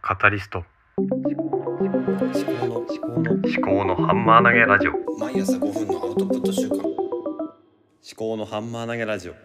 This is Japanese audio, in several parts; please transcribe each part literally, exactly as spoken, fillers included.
カタリスト思考の思考の思考のハンマー投げラジオ。 毎朝ごふんのアウトプット週間、思考のハンマー投げラジオ。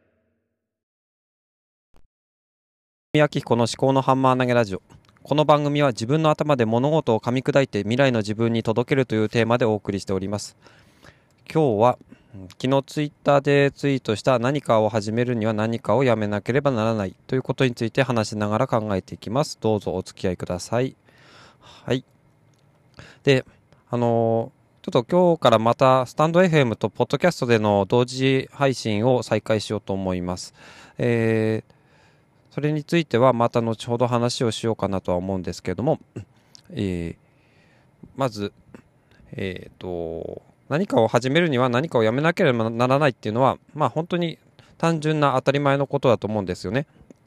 宮城彦の思考のハンマー投げラジオ。この番組は自分の頭で物事を噛み砕いて未来の自分に届けるというテーマでお送りしております。今日は昨日ツイッターでツイートした何かを始めるには何かをやめなければならないということについて話しながら考えていきます。どうぞお付き合いください。はい。で、あのー、ちょっと今日からまたスタンド エフエム とポッドキャストでの同時配信を再開しようと思います。えーそれについてはまた後ほど話をしようかなとは思うんですけども、えー、まず、えーと、何かを始めるには何かをやめなければならないっていうのは、まあ本当に単純な当たり前のことだと思うんですよね。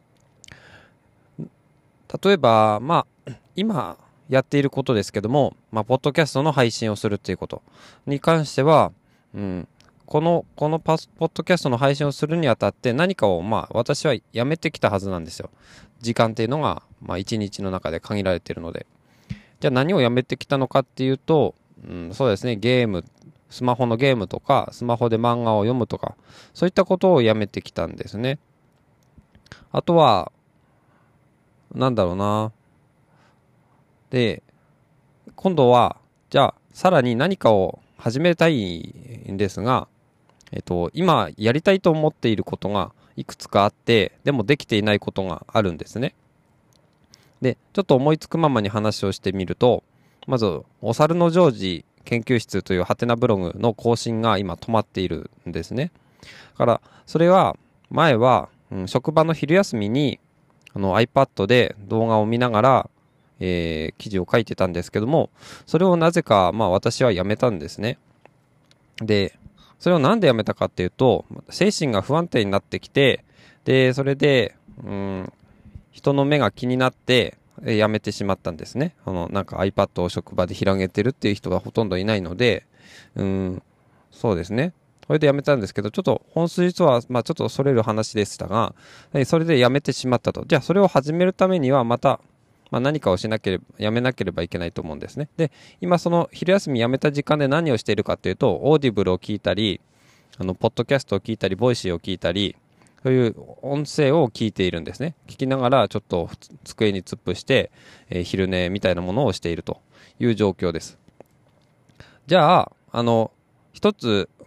例えば、まあ今やっていることですけども、まあポッドキャストの配信をするっていうことに関しては、うん。この、このパス、ポッドキャストの配信をするにあたって何かを、まあ、私はやめてきたはずなんですよ。時間っていうのが、まあ、一日の中で限られているので。じゃあ何をやめてきたのかっていうと、うん、そうですね、ゲーム、スマホのゲームとか、スマホで漫画を読むとか、そういったことをやめてきたんですね。あとは、なんだろうな。で、今度は、じゃあ、さらに何かを始めたいんですが、えっと、今やりたいと思っていることがいくつかあって、でもできていないことがあるんですね。で、ちょっと思いつくままに話をしてみると、まず、お猿のジョージ研究室というハテナブログの更新が今止まっているんですね。だから、それは、前は、うん、職場の昼休みにあの iPad で動画を見ながら、えー記事を書いてたんですけども、それをなぜか、まあ私はやめたんですね。で、それをなんでやめたかっていうと、精神が不安定になってきて、で、それで、うん、人の目が気になって、えやめてしまったんですね。あの、なんか iPad を職場で広げてるっていう人がほとんどいないので、うん、そうですね。それでやめたんですけど、ちょっと本筋とは、まあちょっとそれる話でしたが、えそれでやめてしまったと。じゃあそれを始めるためにはまた、まあ、何かをしなければ、やめなければいけないと思うんですね。で、今その昼休みやめた時間で何をしているかというと、オーディブルを聞いたり、あの、ポッドキャストを聞いたり、ボイシーを聞いたり、そういう音声を聞いているんですね。聞きながらちょっと机に突っ伏して、えー昼寝みたいなものをしているという状況です。じゃあ、あの、一つ、うん、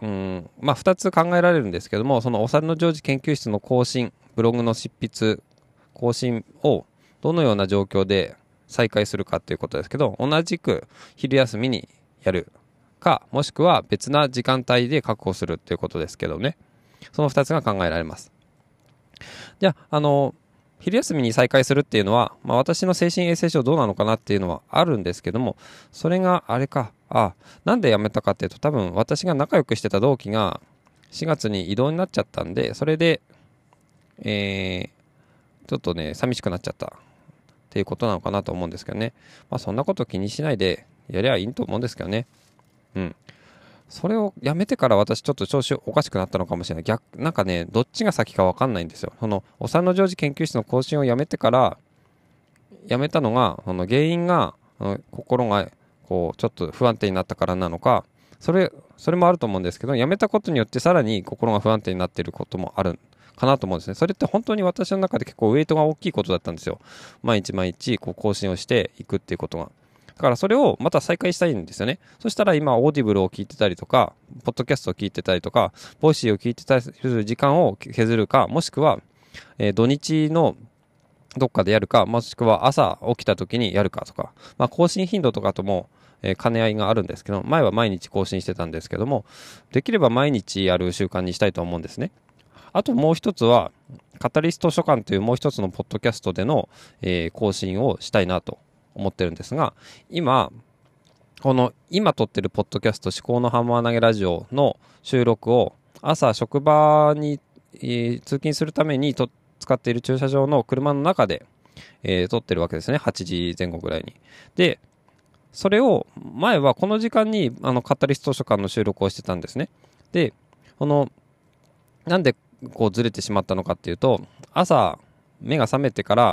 まあ二つ考えられるんですけども、そのお猿のジョージ研究室の更新、ブログの執筆、更新をどのような状況で再開するかということですけど、同じく昼休みにやるか、もしくは別な時間帯で確保するということですけどね。その二つが考えられます。じゃあ、あの、昼休みに再開するっていうのは、まあ私の精神衛生上どうなのかなっていうのはあるんですけども、それがあれか、あ、なんで辞めたかっていうと、多分私が仲良くしてた同期がしがつに異動になっちゃったんで、それで、えー、ちょっとね、寂しくなっちゃったっていうことなのかなと思うんですけどね。まあそんなこと気にしないでやりゃいいと思うんですけどね。うん。それをやめてから私ちょっと調子おかしくなったのかもしれない。逆、なんかね、どっちが先かわかんないんですよ。その、お産のジョージ研究室の更新をやめてから、やめたのが、その原因が、あの心が、こう、ちょっと不安定になったからなのか、それ、それもあると思うんですけど、やめたことによってさらに心が不安定になっていることもあるかなと思うんですね。それって本当に私の中で結構ウェイトが大きいことだったんですよ。毎日毎日、こう、更新をしていくっていうことが。だからそれをまた再開したいんですよね。そしたら今、オーディブルを聞いてたりとか、ポッドキャストを聞いてたりとか、ボイシーを聞いてたりする時間を削るか、もしくは、えー土日のどっかでやるか、もしくは朝起きた時にやるかとか、まあ更新頻度とかとも、えー兼ね合いがあるんですけど、前は毎日更新してたんですけども、できれば毎日やる習慣にしたいと思うんですね。あともう一つは、カタリスト書簡というもう一つのポッドキャストでの、えー更新をしたいなと思ってるんですが、今、この今撮ってるポッドキャスト思考のハンマー投げラジオの収録を朝職場に、えー通勤するためにと使っている駐車場の車の中で、えー撮ってるわけですね。はちじぜん後ぐらいに。で、それを前はこの時間にあのカタリスト書簡の収録をしてたんですね。で、このなんでこうずれてしまったのかっていうと、朝目が覚めてから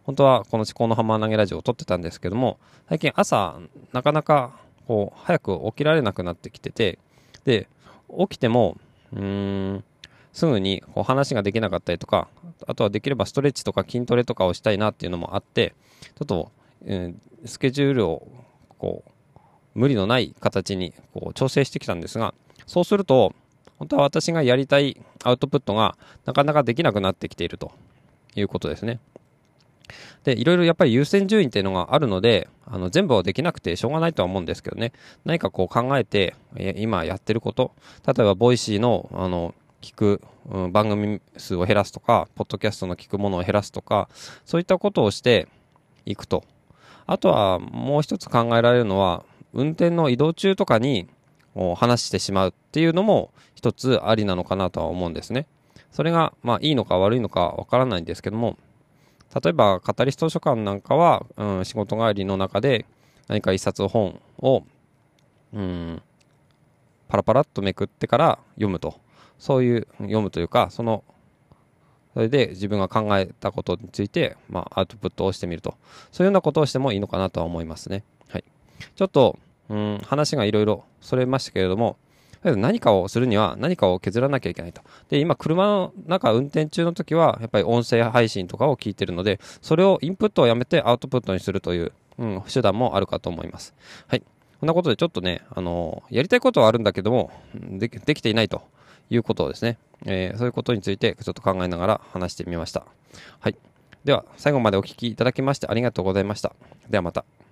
本当はこの思考のハンマー投げラジオを撮ってたんですけども、最近朝、なかなかこう早く起きられなくなってきてて、で、起きても、うーん、すぐにこう話ができなかったりとか、あとはできればストレッチとか筋トレとかをしたいなっていうのもあって、ちょっと、えースケジュールをこう無理のない形にこう調整してきたんですが、そうすると本当は私がやりたいアウトプットがなかなかできなくなってきているということですね。で、いろいろやっぱり優先順位っていうのがあるので、あの全部はできなくてしょうがないとは思うんですけどね、何かこう考えて、え今やってること、例えばボイシーのあの聞く、うん、番組数を減らすとか、ポッドキャストの聞くものを減らすとか、そういったことをしていくと。あとはもう一つ考えられるのは、運転の移動中とかに話してしまうっていうのも一つありなのかなとは思うんですね。それがまあいいのか悪いのかわからないんですけども、例えばカタリスト図書館なんかは、うん、仕事帰りの中で何か一冊本を、うん、パラパラっとめくってから読むと、そういう読むというか、そのそれで自分が考えたことについて、まあ、アウトプットをしてみると。そういうようなことをしてもいいのかなとは思いますね。はい。ちょっと、うん、話がいろいろそれましたけれども、何かをするには何かを削らなきゃいけないと。で、今、車の中、運転中の時は、やっぱり音声配信とかを聞いてるので、それをインプットをやめてアウトプットにするという、うん、手段もあるかと思います。はい。こんなことでちょっとね、あのー、やりたいことはあるんだけども、で、できていないということをですね、えー、そういうことについてちょっと考えながら話してみました。はい。では、最後までお聞きいただきましてありがとうございました。ではまた。